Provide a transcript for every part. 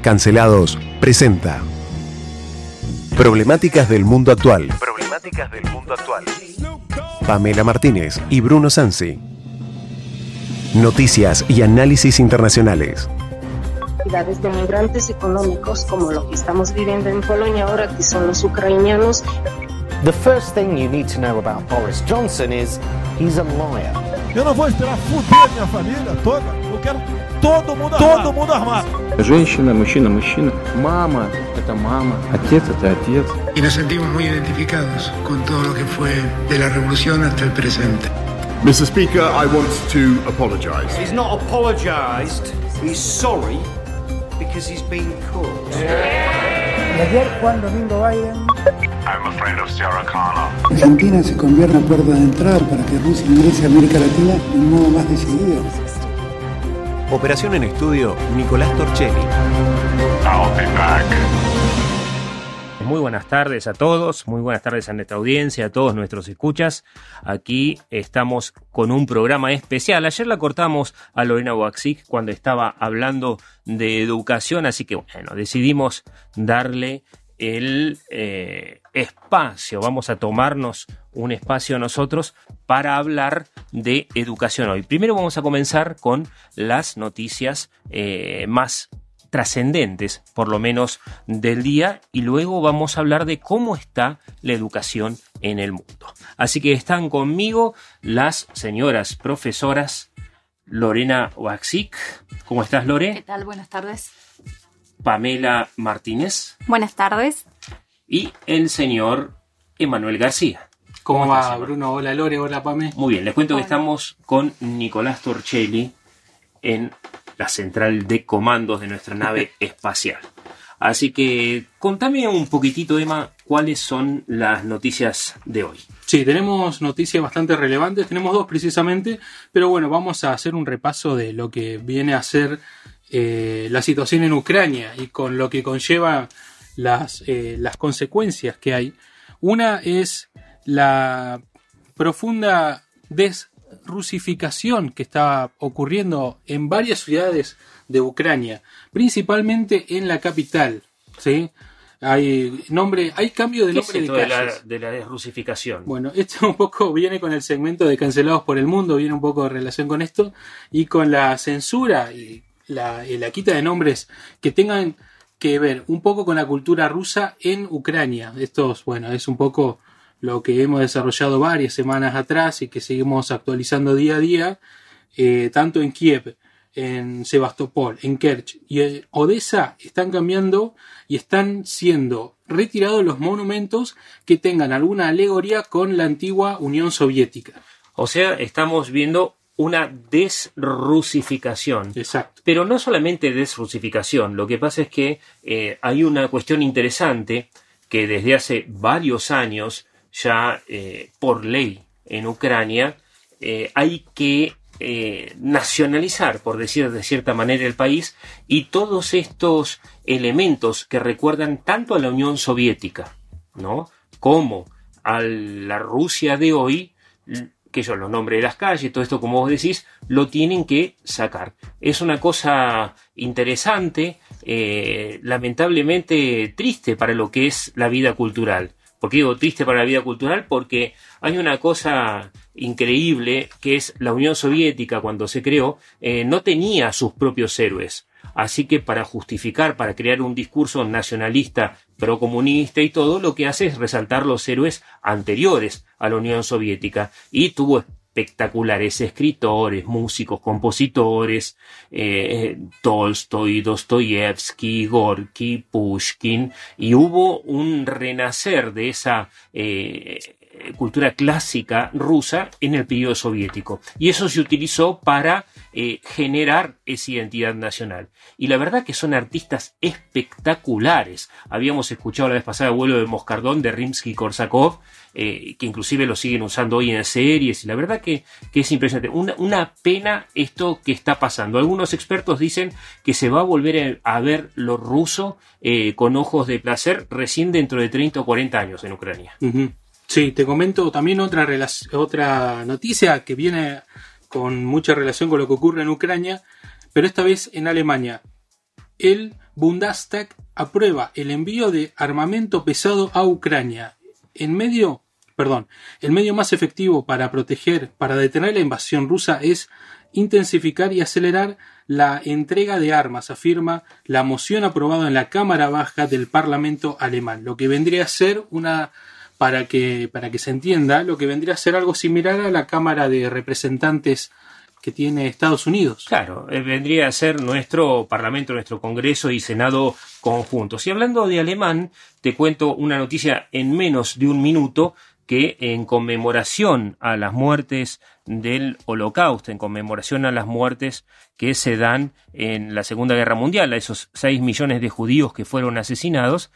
Cancelados presenta Problemáticas del mundo actual. Pamela Martínez y Bruno Sansi. Noticias y análisis internacionales. De migrantes económicos como lo que estamos viviendo en Polonia ahora, que son los ucranianos. The first thing you need to know about Boris Johnson is he's a liar. Eu não vou esperar fuder minha família toda. Eu quero todo mundo armado. Женщина, мужчина, мама – это мама, отец – это отец. Y nos sentimos muy identificados con todo lo que fue de la revolución hasta el presente. Mr. Speaker, I want to apologise. He's not apologised, he's sorry because he's been caught. Y ayer Juan Domingo Biden. I'm a friend of Sarah Connor. Argentina se convierte en puerta de entrada para que Rusia ingrese a América Latina de un modo más decidido. Operación en estudio, Nicolás Torchelli. I'll be back. Muy buenas tardes a todos, muy buenas tardes a nuestra audiencia, a todos nuestros escuchas. Aquí estamos con un programa especial. Ayer la cortamos a Lorena Waksik cuando estaba hablando de educación, así que bueno, decidimos darle el espacio. Vamos a tomarnos un espacio nosotros para hablar de educación hoy. Primero vamos a comenzar con las noticias más trascendentes, por lo menos del día, y luego vamos a hablar de cómo está la educación en el mundo. Así que están conmigo las señoras profesoras Lorena Waksik. ¿Cómo estás, Lore? ¿Qué tal? Buenas tardes. Pamela Martínez. Buenas tardes. Y el señor Emanuel García. ¿Cómo va, Bruno? Hola, Lore. Hola, Pame. Muy bien, les cuento que estamos con Nicolás Torchelli en la central de comandos de nuestra nave espacial. Así que contame un poquitito, Emma, cuáles son las noticias de hoy. Sí, tenemos noticias bastante relevantes, tenemos dos precisamente, pero bueno, vamos a hacer un repaso de lo que viene a ser la situación en Ucrania y con lo que conlleva las consecuencias que hay. Una es la profunda desrusificación que está ocurriendo en varias ciudades de Ucrania, principalmente en la capital, ¿sí? Hay cambio de nombre de calles. De la desrusificación. Bueno, esto un poco viene con el segmento de Cancelados por el Mundo, viene un poco de relación con esto, y con la censura y la quita de nombres que tengan que ver un poco con la cultura rusa en Ucrania. Esto, bueno, es un poco lo que hemos desarrollado varias semanas atrás y que seguimos actualizando día a día, tanto en Kiev, en Sebastopol, en Kerch y en Odessa están cambiando y están siendo retirados los monumentos que tengan alguna alegoría con la antigua Unión Soviética. O sea, estamos viendo una desrusificación. Exacto. Pero no solamente desrusificación, lo que pasa es que hay una cuestión interesante que desde hace varios años ya por ley en Ucrania hay que nacionalizar, por decir de cierta manera, el país, y todos estos elementos que recuerdan tanto a la Unión Soviética, ¿no?, como a la Rusia de hoy, que son los nombres de las calles, todo esto, como vos decís, lo tienen que sacar. Es una cosa interesante, lamentablemente triste para lo que es la vida cultural. ¿Por qué digo triste para la vida cultural? Porque hay una cosa increíble que es la Unión Soviética, cuando se creó, no tenía sus propios héroes. Así que para justificar, para crear un discurso nacionalista, procomunista y todo, lo que hace es resaltar los héroes anteriores a la Unión Soviética. Y tuvo espectaculares escritores, músicos, compositores, Tolstoy, Dostoyevsky, Gorky, Pushkin, y hubo un renacer de esa cultura clásica rusa en el periodo soviético. Y eso se utilizó para generar esa identidad nacional. Y la verdad que son artistas espectaculares. Habíamos escuchado la vez pasada Vuelo de Moscardón de Rimsky-Korsakov, que inclusive lo siguen usando hoy en series, y la verdad que es impresionante. Una pena esto que está pasando. Algunos expertos dicen que se va a volver a ver lo ruso con ojos de placer recién dentro de 30 o 40 años en Ucrania. Uh-huh. Sí, te comento también otra noticia que viene con mucha relación con lo que ocurre en Ucrania, pero esta vez en Alemania. el Bundestag aprueba el envío de armamento pesado a Ucrania. El medio más efectivo para detener la invasión rusa es intensificar y acelerar la entrega de armas, afirma la moción aprobada en la Cámara Baja del Parlamento alemán. Lo que vendría a ser para que se entienda, lo que vendría a ser algo similar a la Cámara de Representantes que tiene Estados Unidos. Claro, vendría a ser nuestro Parlamento, nuestro Congreso y Senado conjuntos. Y hablando de alemán, te cuento una noticia en menos de un minuto, que en conmemoración a las muertes del Holocausto, en conmemoración a las muertes que se dan en la Segunda Guerra Mundial, a esos 6 millones de judíos que fueron asesinados,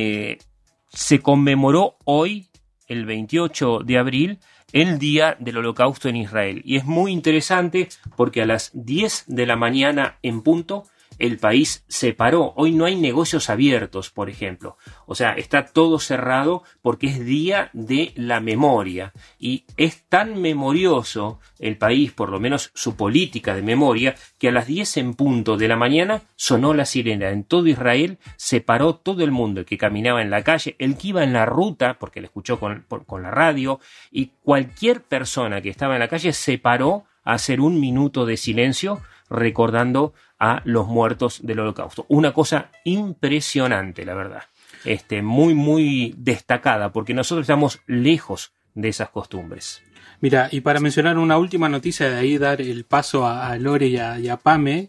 se conmemoró hoy, el 28 de abril, el Día del Holocausto en Israel. Y es muy interesante porque a las 10 de la mañana en punto, el país se paró. Hoy no hay negocios abiertos, por ejemplo. O sea, está todo cerrado porque es Día de la Memoria. Y es tan memorioso el país, por lo menos su política de memoria, que a las 10 en punto de la mañana sonó la sirena. En todo Israel se paró todo el mundo, el que caminaba en la calle, el que iba en la ruta, porque le escuchó con la radio, y cualquier persona que estaba en la calle se paró a hacer un minuto de silencio recordando a los muertos del Holocausto. Una cosa impresionante, la verdad. Muy, muy destacada, porque nosotros estamos lejos de esas costumbres. Mira, y para mencionar una última noticia, de ahí dar el paso a Lore y a Pame,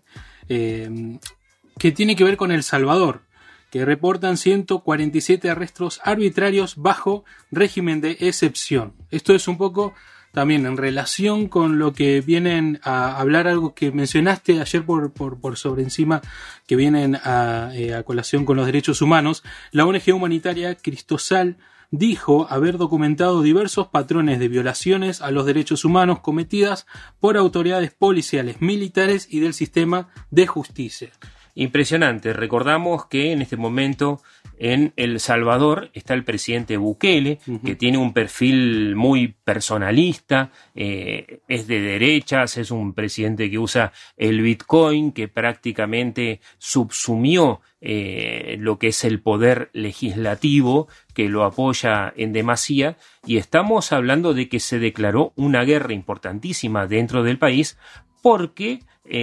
que tiene que ver con El Salvador, que reportan 147 arrestos arbitrarios bajo régimen de excepción. Esto es un poco también en relación con lo que vienen a hablar, algo que mencionaste ayer por sobre encima, que vienen a colación con los derechos humanos. La ONG humanitaria Cristosal dijo haber documentado diversos patrones de violaciones a los derechos humanos cometidas por autoridades policiales, militares y del sistema de justicia. Impresionante. Recordamos que en este momento en El Salvador está el presidente Bukele, que tiene un perfil muy personalista, es de derechas, es un presidente que usa el Bitcoin, que prácticamente subsumió lo que es el poder legislativo, que lo apoya en demasía, y estamos hablando de que se declaró una guerra importantísima dentro del país porque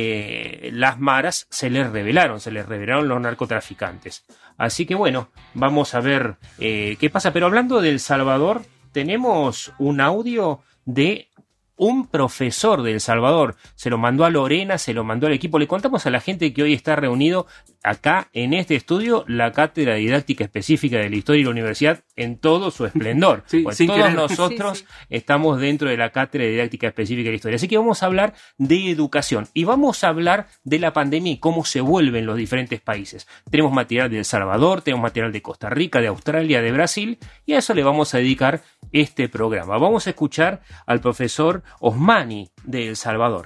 las maras se les revelaron los narcotraficantes. Así que bueno, vamos a ver qué pasa. Pero hablando de El Salvador, tenemos un audio de un profesor de El Salvador. Se lo mandó a Lorena, se lo mandó al equipo. Le contamos a la gente que hoy está reunido acá en este estudio la Cátedra Didáctica Específica de la Historia y la Universidad en todo su esplendor. Sí, pues todos querer. nosotros estamos dentro de la Cátedra Didáctica Específica de la Historia. Así que vamos a hablar de educación y vamos a hablar de la pandemia y cómo se vuelven los diferentes países. Tenemos material de El Salvador, tenemos material de Costa Rica, de Australia, de Brasil, y a eso le vamos a dedicar este programa. Vamos a escuchar al profesor Osmani de El Salvador.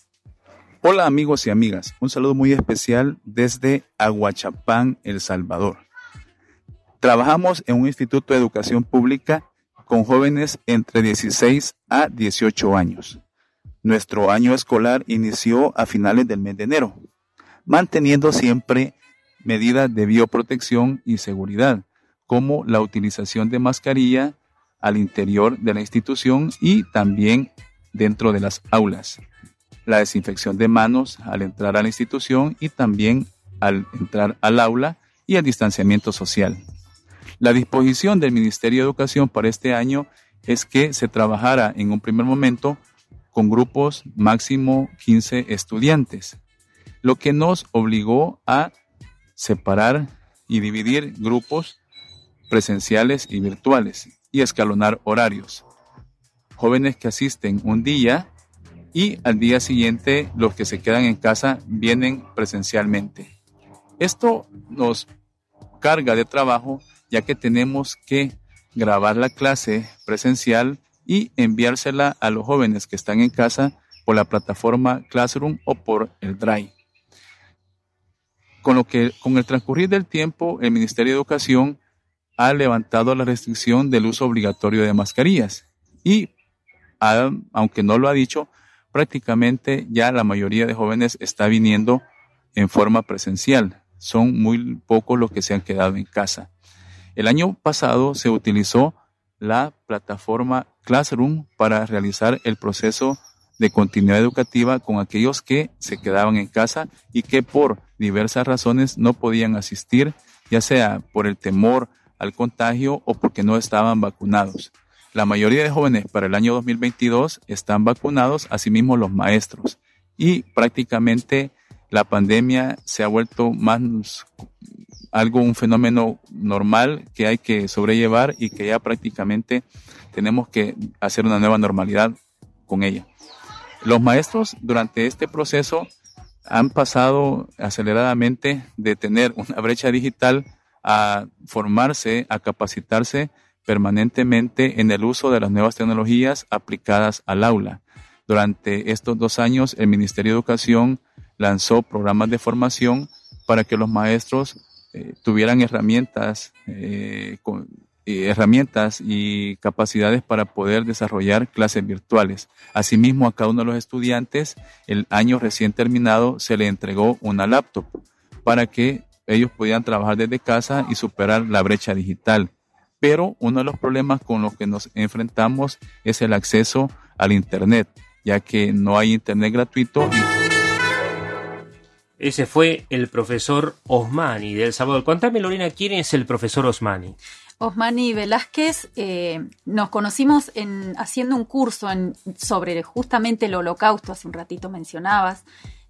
Hola amigos y amigas, un saludo muy especial desde Aguachapán, El Salvador. Trabajamos en un instituto de educación pública con jóvenes entre 16 a 18 años. Nuestro año escolar inició a finales del mes de enero, manteniendo siempre medidas de bioprotección y seguridad, como la utilización de mascarilla al interior de la institución y también dentro de las aulas. La desinfección de manos al entrar a la institución y también al entrar al aula y el distanciamiento social. La disposición del Ministerio de Educación para este año es que se trabajara en un primer momento con grupos máximo 15 estudiantes, lo que nos obligó a separar y dividir grupos presenciales y virtuales y escalonar horarios. Jóvenes que asisten un día y al día siguiente los que se quedan en casa vienen presencialmente. Esto nos carga de trabajo ya que tenemos que grabar la clase presencial y enviársela a los jóvenes que están en casa por la plataforma Classroom o por el Drive. Con el transcurrir del tiempo, el Ministerio de Educación ha levantado la restricción del uso obligatorio de mascarillas y, aunque no lo ha dicho, prácticamente ya la mayoría de jóvenes está viniendo en forma presencial. son muy pocos los que se han quedado en casa. El año pasado se utilizó la plataforma Classroom para realizar el proceso de continuidad educativa con aquellos que se quedaban en casa y que por diversas razones no podían asistir, ya sea por el temor al contagio o porque no estaban vacunados. La mayoría de jóvenes para el año 2022 están vacunados, asimismo los maestros. Y prácticamente la pandemia se ha vuelto más un fenómeno normal que hay que sobrellevar y que ya prácticamente tenemos que hacer una nueva normalidad con ella. Los maestros durante este proceso han pasado aceleradamente de tener una brecha digital a formarse, a capacitarse permanentemente en el uso de las nuevas tecnologías aplicadas al aula. Durante estos 2 años, el Ministerio de Educación lanzó programas de formación para que los maestros tuvieran herramientas y capacidades para poder desarrollar clases virtuales. Asimismo, a cada uno de los estudiantes, el año recién terminado, se le entregó una laptop para que ellos pudieran trabajar desde casa y superar la brecha digital. Pero uno de los problemas con los que nos enfrentamos es el acceso al Internet, ya que no hay Internet gratuito. Ese fue el profesor Osmani de El Salvador. Contame, Lorena, ¿quién es el profesor Osmani? Osmani Velázquez, nos conocimos haciendo un curso sobre justamente el Holocausto, hace un ratito mencionabas,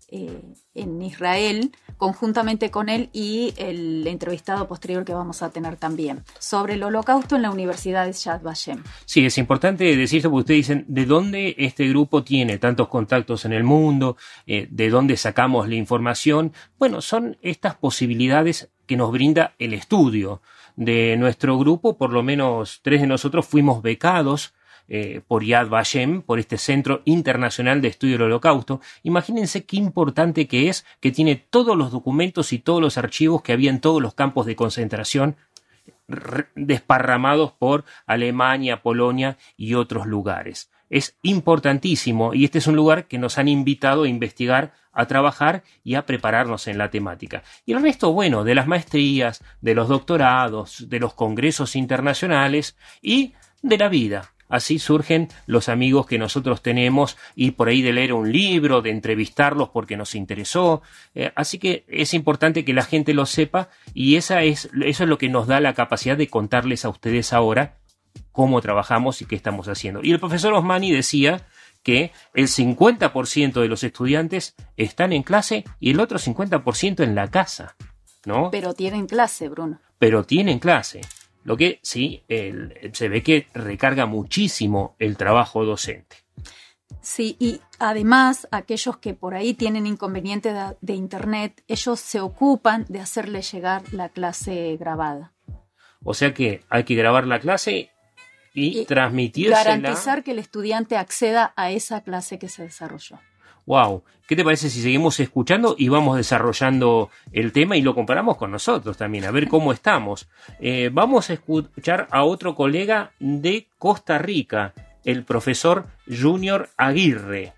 en Israel, conjuntamente con él y el entrevistado posterior que vamos a tener también, sobre el Holocausto en la Universidad de Yad Vashem. Sí, es importante decirlo porque ustedes dicen de dónde este grupo tiene tantos contactos en el mundo, de dónde sacamos la información. Bueno, son estas posibilidades que nos brinda el estudio de nuestro grupo. Por lo menos 3 de nosotros fuimos becados por Yad Vashem, por este Centro Internacional de Estudio del Holocausto. Imagínense qué importante que es, que tiene todos los documentos y todos los archivos que había en todos los campos de concentración desparramados por Alemania, Polonia y otros lugares. Es importantísimo y este es un lugar que nos han invitado a investigar, a trabajar y a prepararnos en la temática. Y el resto, bueno, de las maestrías, de los doctorados, de los congresos internacionales y de la vida. Así surgen los amigos que nosotros tenemos y por ahí de leer un libro, de entrevistarlos porque nos interesó. Así que es importante que la gente lo sepa y eso es lo que nos da la capacidad de contarles a ustedes ahora cómo trabajamos y qué estamos haciendo. Y el profesor Osmani decía que el 50% de los estudiantes están en clase y el otro 50% en la casa, ¿no? Pero tienen clase, Bruno. Pero tienen clase. Lo que sí, se ve que recarga muchísimo el trabajo docente. Sí, y además aquellos que por ahí tienen inconvenientes de internet, ellos se ocupan de hacerle llegar la clase grabada. O sea que hay que grabar la clase y transmitírsela. Garantizar que el estudiante acceda a esa clase que se desarrolló. Wow, ¿qué te parece si seguimos escuchando y vamos desarrollando el tema y lo comparamos con nosotros también, a ver cómo estamos? Vamos a escuchar a otro colega de Costa Rica, el profesor Junior Aguirre.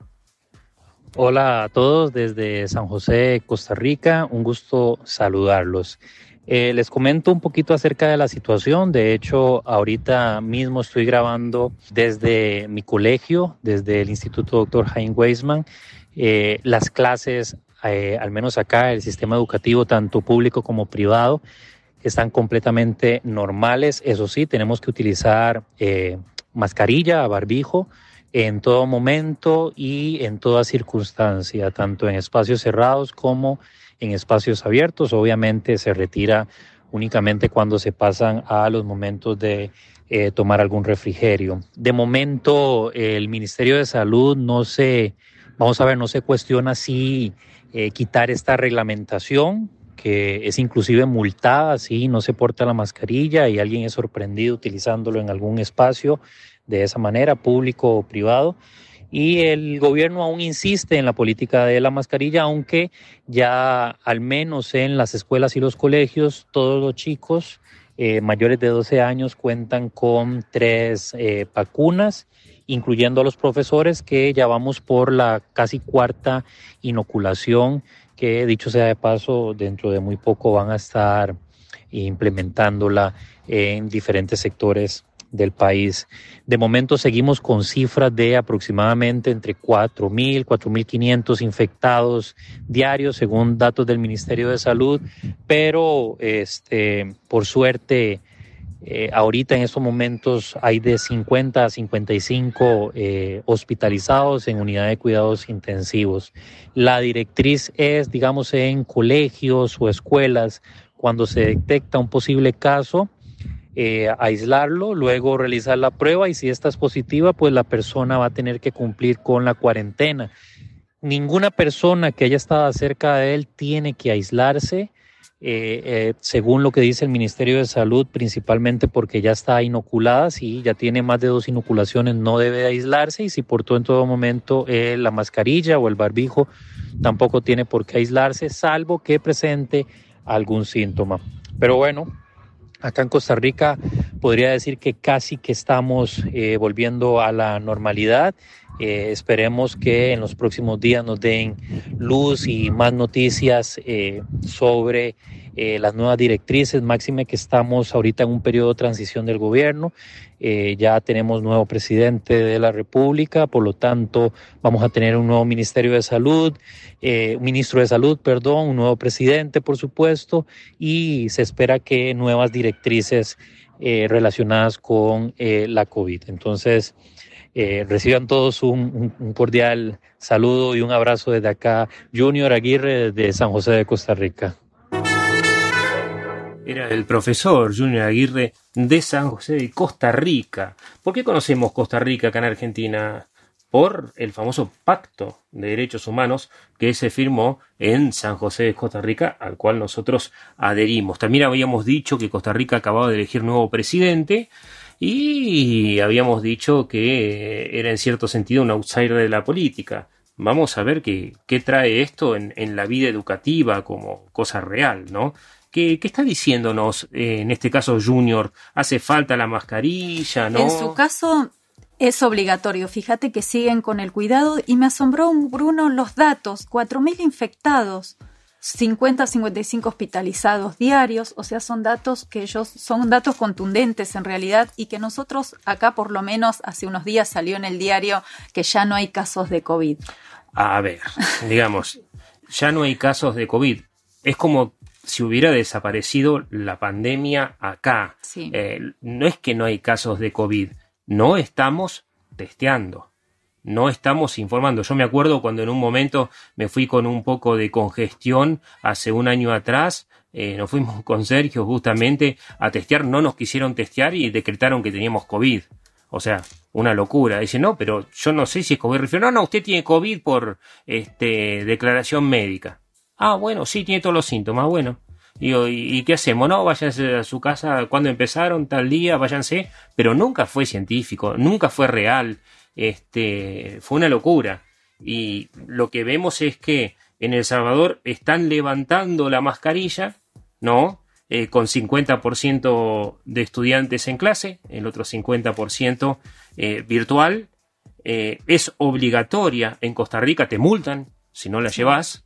Hola a todos desde San José, Costa Rica, un gusto saludarlos. Les comento un poquito acerca de la situación. De hecho, ahorita mismo estoy grabando desde mi colegio, desde el Instituto Dr. Chaim Weizmann. Las clases, al menos acá, el sistema educativo, tanto público como privado, están completamente normales. Eso sí, tenemos que utilizar mascarilla, barbijo, en todo momento y en toda circunstancia, tanto en espacios cerrados como en espacios abiertos. Obviamente se retira únicamente cuando se pasan a los momentos de tomar algún refrigerio. De momento el Ministerio de Salud no se cuestiona si quitar esta reglamentación, que es inclusive multada si no se porta la mascarilla y alguien es sorprendido utilizándolo en algún espacio de esa manera, público o privado. Y el gobierno aún insiste en la política de la mascarilla, aunque ya al menos en las escuelas y los colegios, todos los chicos mayores de 12 años cuentan con 3 vacunas, incluyendo a los profesores, que ya vamos por la casi 4ª inoculación que, dicho sea de paso, dentro de muy poco van a estar implementándola en diferentes sectores del país. De momento seguimos con cifras de aproximadamente entre 4.000, 4.500 infectados diarios, según datos del Ministerio de Salud, pero por suerte, ahorita en estos momentos hay de 50 a 55 hospitalizados en unidad de cuidados intensivos. La directriz es, digamos, en colegios o escuelas, cuando se detecta un posible caso, aislarlo, luego realizar la prueba y si esta es positiva, pues la persona va a tener que cumplir con la cuarentena. Ninguna persona que haya estado cerca de él tiene que aislarse, según lo que dice el Ministerio de Salud, principalmente porque ya está inoculada. Si ya tiene más de 2 inoculaciones, no debe aislarse, y si portó en todo momento la mascarilla o el barbijo, tampoco tiene por qué aislarse, salvo que presente algún síntoma. Pero bueno, acá en Costa Rica podría decir que casi que estamos volviendo a la normalidad. Esperemos que en los próximos días nos den luz y más noticias sobre las nuevas directrices, máxime que estamos ahorita en un periodo de transición del gobierno. Ya tenemos nuevo presidente de la República, por lo tanto vamos a tener un nuevo Ministerio de Salud, un ministro de Salud, un nuevo presidente, por supuesto, y se espera que nuevas directrices relacionadas con la COVID. Entonces, reciban todos un cordial saludo y un abrazo desde acá, Junior Aguirre de San José de Costa Rica. Era el profesor Junior Aguirre de San José de Costa Rica. ¿Por qué conocemos Costa Rica acá en Argentina? Por el famoso Pacto de Derechos Humanos que se firmó en San José de Costa Rica, al cual nosotros adherimos. También habíamos dicho que Costa Rica acababa de elegir nuevo presidente y habíamos dicho que era en cierto sentido un outsider de la política. Vamos a ver qué trae esto en la vida educativa como cosa real, ¿no? ¿Qué está diciéndonos en este caso Junior? ¿Hace falta la mascarilla, no? En su caso es obligatorio. Fíjate que siguen con el cuidado y me asombró, Bruno, los datos. 4.000 infectados, 50 a 55 hospitalizados diarios. O sea, son datos son datos contundentes en realidad, y que nosotros acá por lo menos hace unos días salió en el diario que ya no hay casos de COVID. A ver, digamos, ya no hay casos de COVID. Es como si hubiera desaparecido la pandemia acá. Sí. No es que no hay casos de COVID, no estamos testeando, no estamos informando. Yo me acuerdo cuando en un momento me fui con un poco de congestión hace un año atrás, nos fuimos con Sergio justamente a testear, no nos quisieron testear y decretaron que teníamos COVID. O sea, una locura. Dice, no, pero yo no sé si es COVID. No, usted tiene COVID por declaración médica. Ah, bueno, sí, tiene todos los síntomas, bueno. ¿Y qué hacemos? No, váyanse a su casa cuando empezaron, tal día, váyanse. Pero nunca fue científico, nunca fue real. Fue una locura. Y lo que vemos es que en El Salvador están levantando la mascarilla, ¿no? Con 50% de estudiantes en clase, el otro 50% virtual. Es obligatoria en Costa Rica, te multan si no la llevas.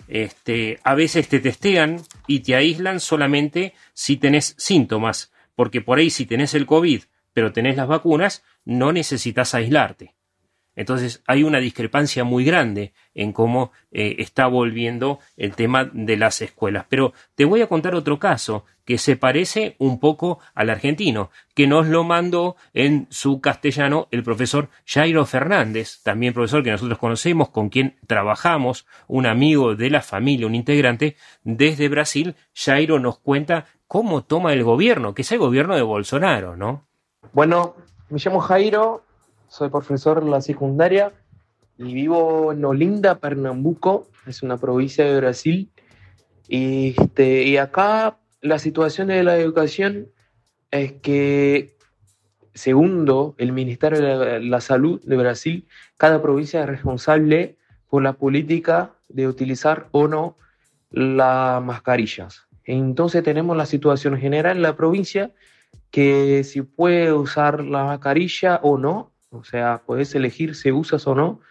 A veces te testean y te aíslan solamente si tenés síntomas, porque por ahí si tenés el COVID pero tenés las vacunas, no necesitas aislarte. Entonces hay una discrepancia muy grande en cómo está volviendo el tema de las escuelas. Pero te voy a contar otro caso que se parece un poco al argentino, que nos lo mandó en su castellano el profesor Jairo Fernández, también profesor que nosotros conocemos, con quien trabajamos, un amigo de la familia, un integrante desde Brasil. Jairo nos cuenta cómo toma el gobierno, que es el gobierno de Bolsonaro, ¿no? Bueno, me llamo Jairo. Soy profesor en la secundaria y vivo en Olinda, Pernambuco, es una provincia de Brasil. Y acá la situación de la educación es que, segundo el Ministerio de la Salud de Brasil, cada provincia es responsable por la política de utilizar o no las mascarillas. Entonces tenemos la situación general en la provincia que si puede usar la mascarilla o no. O sea, puedes elegir si usas o no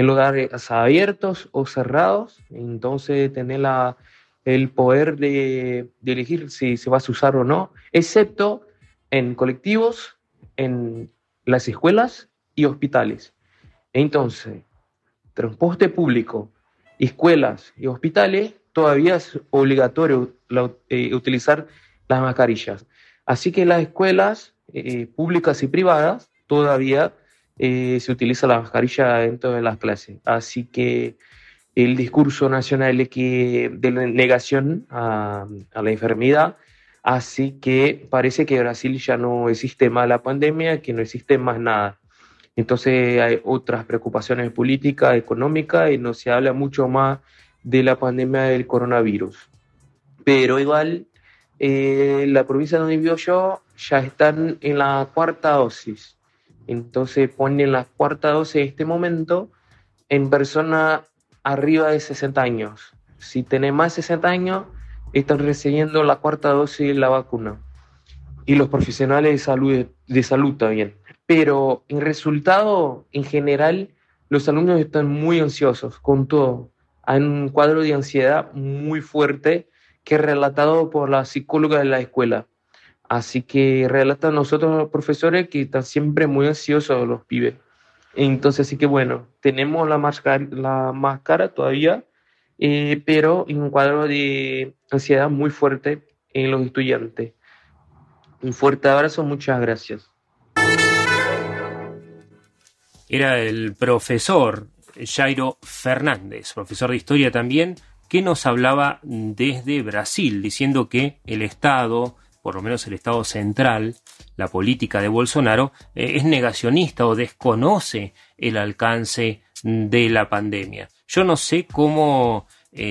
en lugares abiertos o cerrados, entonces tener el poder de elegir si se va a usar o no, excepto en colectivos, en las escuelas y hospitales. Entonces, transporte público, escuelas y hospitales, todavía es obligatorio utilizar las mascarillas. Así que las escuelas públicas y privadas todavía se utiliza la mascarilla dentro de las clases. Así que el discurso nacional de la negación a la enfermedad, así que parece que en Brasil ya no existe más la pandemia, que no existe más nada. Entonces hay otras preocupaciones políticas, económicas, y no se habla mucho más de la pandemia del coronavirus. Pero igual, la provincia donde vivo yo ya están en la 4ª dosis. Entonces ponen la 4ª dosis en este momento en personas arriba de 60 años. Si tenés más de 60 años, están recibiendo la 4ª dosis de la vacuna. Y los profesionales de salud también. Pero en resultado, en general, los alumnos están muy ansiosos con todo. Hay un cuadro de ansiedad muy fuerte que es relatado por la psicóloga de la escuela. Así que relatan nosotros los profesores que están siempre muy ansiosos los pibes. Entonces, así que bueno, tenemos la máscara todavía, pero en un cuadro de ansiedad muy fuerte en los estudiantes. Un fuerte abrazo, muchas gracias. Era el profesor Jairo Fernández, profesor de historia también, que nos hablaba desde Brasil, diciendo que el Estado, por lo menos el Estado central, la política de Bolsonaro, es negacionista o desconoce el alcance de la pandemia. Yo no sé cómo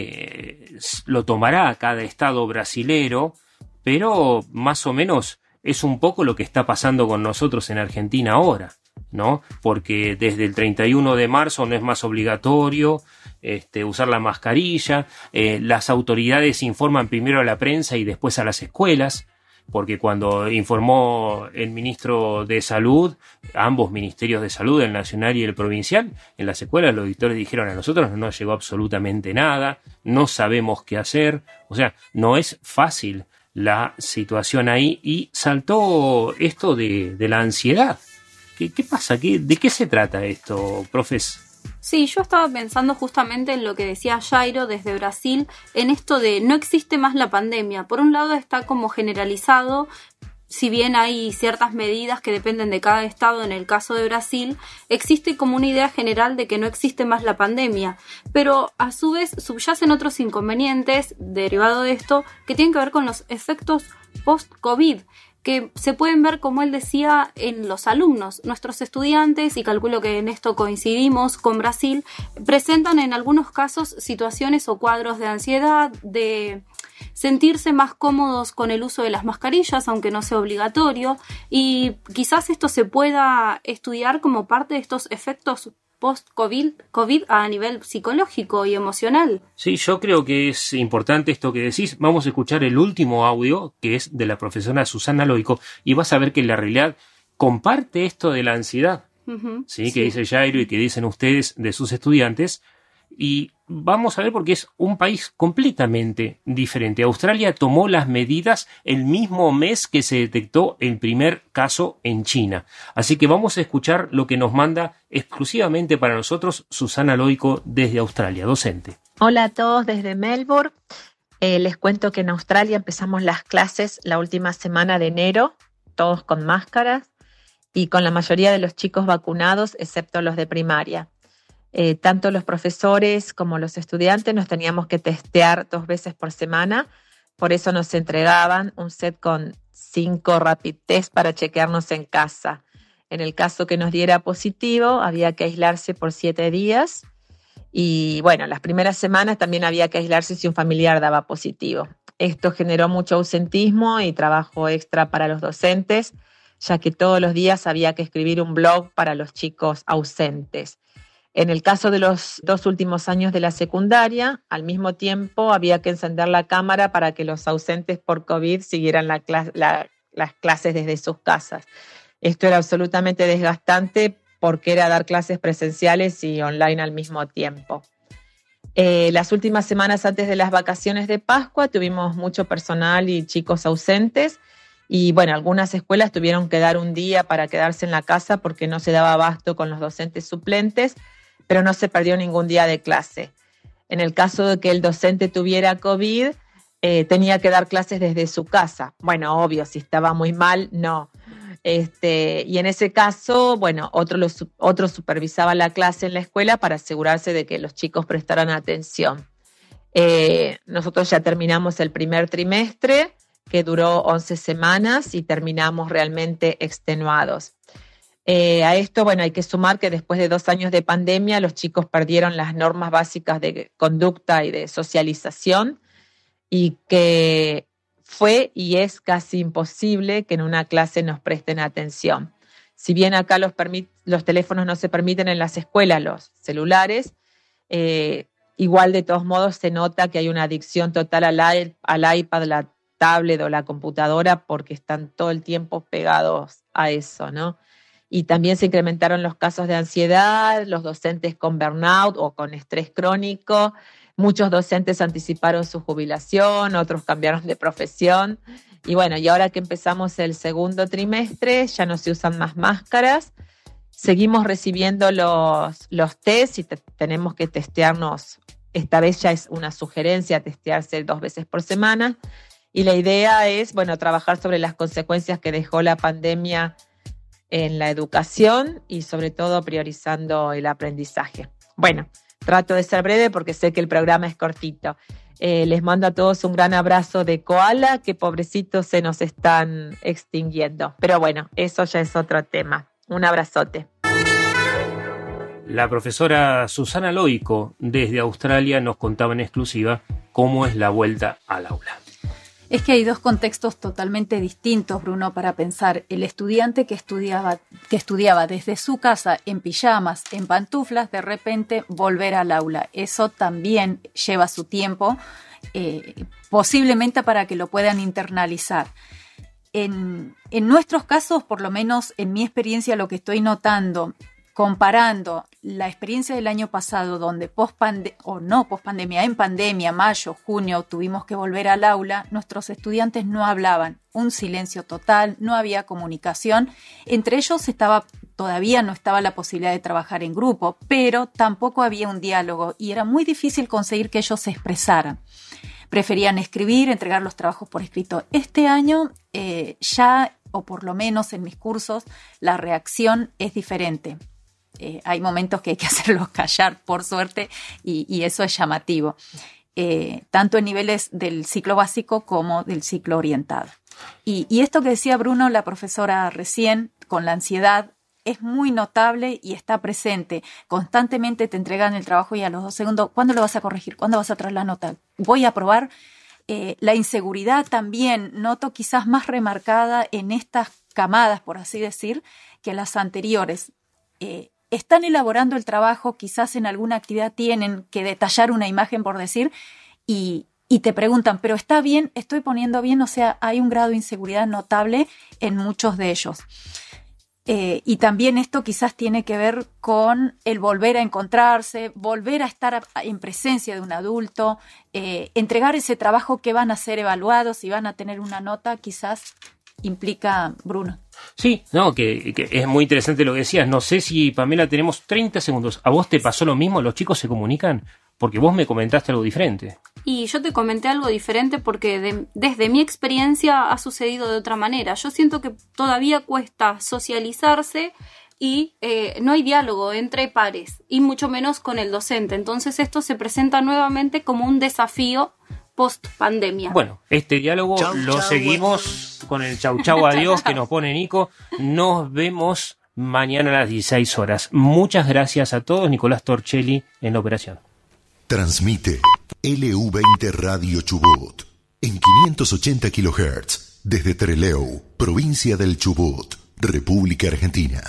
lo tomará cada Estado brasilero, pero más o menos es un poco lo que está pasando con nosotros en Argentina ahora, ¿no? Porque desde el 31 de marzo no es más obligatorio usar la mascarilla, las autoridades informan primero a la prensa y después a las escuelas, porque cuando informó el ministro de Salud, ambos ministerios de salud, el nacional y el provincial, en las escuelas los dictores dijeron: a nosotros no nos llegó absolutamente nada, no sabemos qué hacer. O sea, no es fácil la situación ahí, y saltó esto de la ansiedad. ¿Qué pasa? ¿De qué se trata esto, profes? Sí, yo estaba pensando justamente en lo que decía Jairo desde Brasil, en esto de no existe más la pandemia. Por un lado está como generalizado, si bien hay ciertas medidas que dependen de cada estado, en el caso de Brasil, existe como una idea general de que no existe más la pandemia, pero a su vez subyacen otros inconvenientes derivados de esto que tienen que ver con los efectos post-COVID, que se pueden ver, como él decía, en los alumnos. Nuestros estudiantes, y calculo que en esto coincidimos con Brasil, presentan en algunos casos situaciones o cuadros de ansiedad, de sentirse más cómodos con el uso de las mascarillas, aunque no sea obligatorio, y quizás esto se pueda estudiar como parte de estos efectos post-COVID a nivel psicológico y emocional. Sí, yo creo que es importante esto que decís. Vamos a escuchar el último audio, que es de la profesora Susana Loico, y vas a ver que en la realidad comparte esto de la ansiedad, ¿sí? Que dice Jairo y que dicen ustedes de sus estudiantes. Y vamos a ver, porque es un país completamente diferente. Australia tomó las medidas el mismo mes que se detectó el primer caso en China. Así que vamos a escuchar lo que nos manda exclusivamente para nosotros Susana Loico desde Australia, docente. Hola a todos desde Melbourne. Les cuento que en Australia empezamos las clases la última semana de enero, todos con máscaras y con la mayoría de los chicos vacunados, excepto los de primaria. Tanto los profesores como los estudiantes nos teníamos que testear 2 veces por semana, por eso nos entregaban un set con 5 rapid test para chequearnos en casa. En el caso que nos diera positivo, había que aislarse por 7 días y bueno, las primeras semanas también había que aislarse si un familiar daba positivo. Esto generó mucho ausentismo y trabajo extra para los docentes, ya que todos los días había que escribir un blog para los chicos ausentes. En el caso de los 2 últimos años de la secundaria, al mismo tiempo había que encender la cámara para que los ausentes por COVID siguieran las clases desde sus casas. Esto era absolutamente desgastante porque era dar clases presenciales y online al mismo tiempo. Las últimas semanas antes de las vacaciones de Pascua tuvimos mucho personal y chicos ausentes y bueno, algunas escuelas tuvieron que dar un día para quedarse en la casa porque no se daba abasto con los docentes suplentes, pero no se perdió ningún día de clase. En el caso de que el docente tuviera COVID, tenía que dar clases desde su casa. Bueno, obvio, si estaba muy mal, no. Y en ese caso, bueno, otro supervisaba la clase en la escuela para asegurarse de que los chicos prestaran atención. Nosotros ya terminamos el primer trimestre, que duró 11 semanas, y terminamos realmente extenuados. A esto, bueno, hay que sumar que después de 2 años de pandemia, los chicos perdieron las normas básicas de conducta y de socialización, y que fue y es casi imposible que en una clase nos presten atención. Si bien acá los teléfonos no se permiten en las escuelas, los celulares, igual de todos modos se nota que hay una adicción total al iPad, la tablet o la computadora, porque están todo el tiempo pegados a eso, ¿no? Y también se incrementaron los casos de ansiedad, los docentes con burnout o con estrés crónico. Muchos docentes anticiparon su jubilación, otros cambiaron de profesión. Y bueno, y ahora que empezamos el segundo trimestre, ya no se usan más máscaras. Seguimos recibiendo los test y tenemos que testearnos. Esta vez ya es una sugerencia testearse 2 veces por semana. Y la idea es, bueno, trabajar sobre las consecuencias que dejó la pandemia en la educación y sobre todo priorizando el aprendizaje. Bueno, trato de ser breve porque sé que el programa es cortito. Les mando a todos un gran abrazo de koala, que pobrecitos se nos están extinguiendo. Pero bueno, eso ya es otro tema. Un abrazote. La profesora Susana Loico desde Australia nos contaba en exclusiva cómo es la vuelta al aula. Es que hay 2 contextos totalmente distintos, Bruno, para pensar. El estudiante que estudiaba desde su casa en pijamas, en pantuflas, de repente volver al aula. Eso también lleva su tiempo, posiblemente para que lo puedan internalizar. En nuestros casos, por lo menos en mi experiencia, lo que estoy notando, comparando la experiencia del año pasado, donde en pandemia, mayo, junio, tuvimos que volver al aula, nuestros estudiantes no hablaban, un silencio total, no había comunicación. Entre ellos todavía no estaba la posibilidad de trabajar en grupo, pero tampoco había un diálogo y era muy difícil conseguir que ellos se expresaran. Preferían escribir, entregar los trabajos por escrito. Este año ya, o por lo menos en mis cursos, la reacción es diferente. Hay momentos que hay que hacerlos callar, por suerte, y eso es llamativo, tanto en niveles del ciclo básico como del ciclo orientado. Y esto que decía Bruno, la profesora recién, con la ansiedad, es muy notable y está presente. Constantemente te entregan el trabajo y a los 2 segundos, ¿cuándo lo vas a corregir? ¿Cuándo vas a traer la nota? ¿Voy a aprobar? La inseguridad también noto quizás más remarcada en estas camadas, por así decir, que las anteriores. Están elaborando el trabajo, quizás en alguna actividad tienen que detallar una imagen, por decir, y te preguntan, ¿pero está bien? ¿Estoy poniendo bien? O sea, hay un grado de inseguridad notable en muchos de ellos. Y también esto quizás tiene que ver con el volver a encontrarse, volver a estar en presencia de un adulto, entregar ese trabajo que van a ser evaluados y van a tener una nota, quizás implica, Bruno. Sí, no, que es muy interesante lo que decías. No sé si, Pamela, tenemos 30 segundos. ¿A vos te pasó lo mismo? ¿Los chicos se comunican? Porque vos me comentaste algo diferente. Y yo te comenté algo diferente porque desde mi experiencia ha sucedido de otra manera. Yo siento que todavía cuesta socializarse y no hay diálogo entre pares y mucho menos con el docente. Entonces esto se presenta nuevamente como un desafío post pandemia. Bueno, este diálogo lo seguimos con el chau chau adiós que nos pone Nico. Nos vemos mañana a las 16 horas. Muchas gracias a todos. Nicolás Torchelli en la operación. Transmite LU20 Radio Chubut en 580 kHz desde Trelew, provincia del Chubut, República Argentina.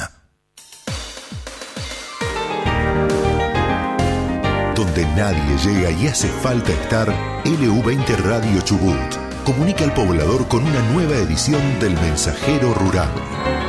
Donde nadie llega y hace falta estar, LU20 Radio Chubut comunica al poblador con una nueva edición del Mensajero Rural.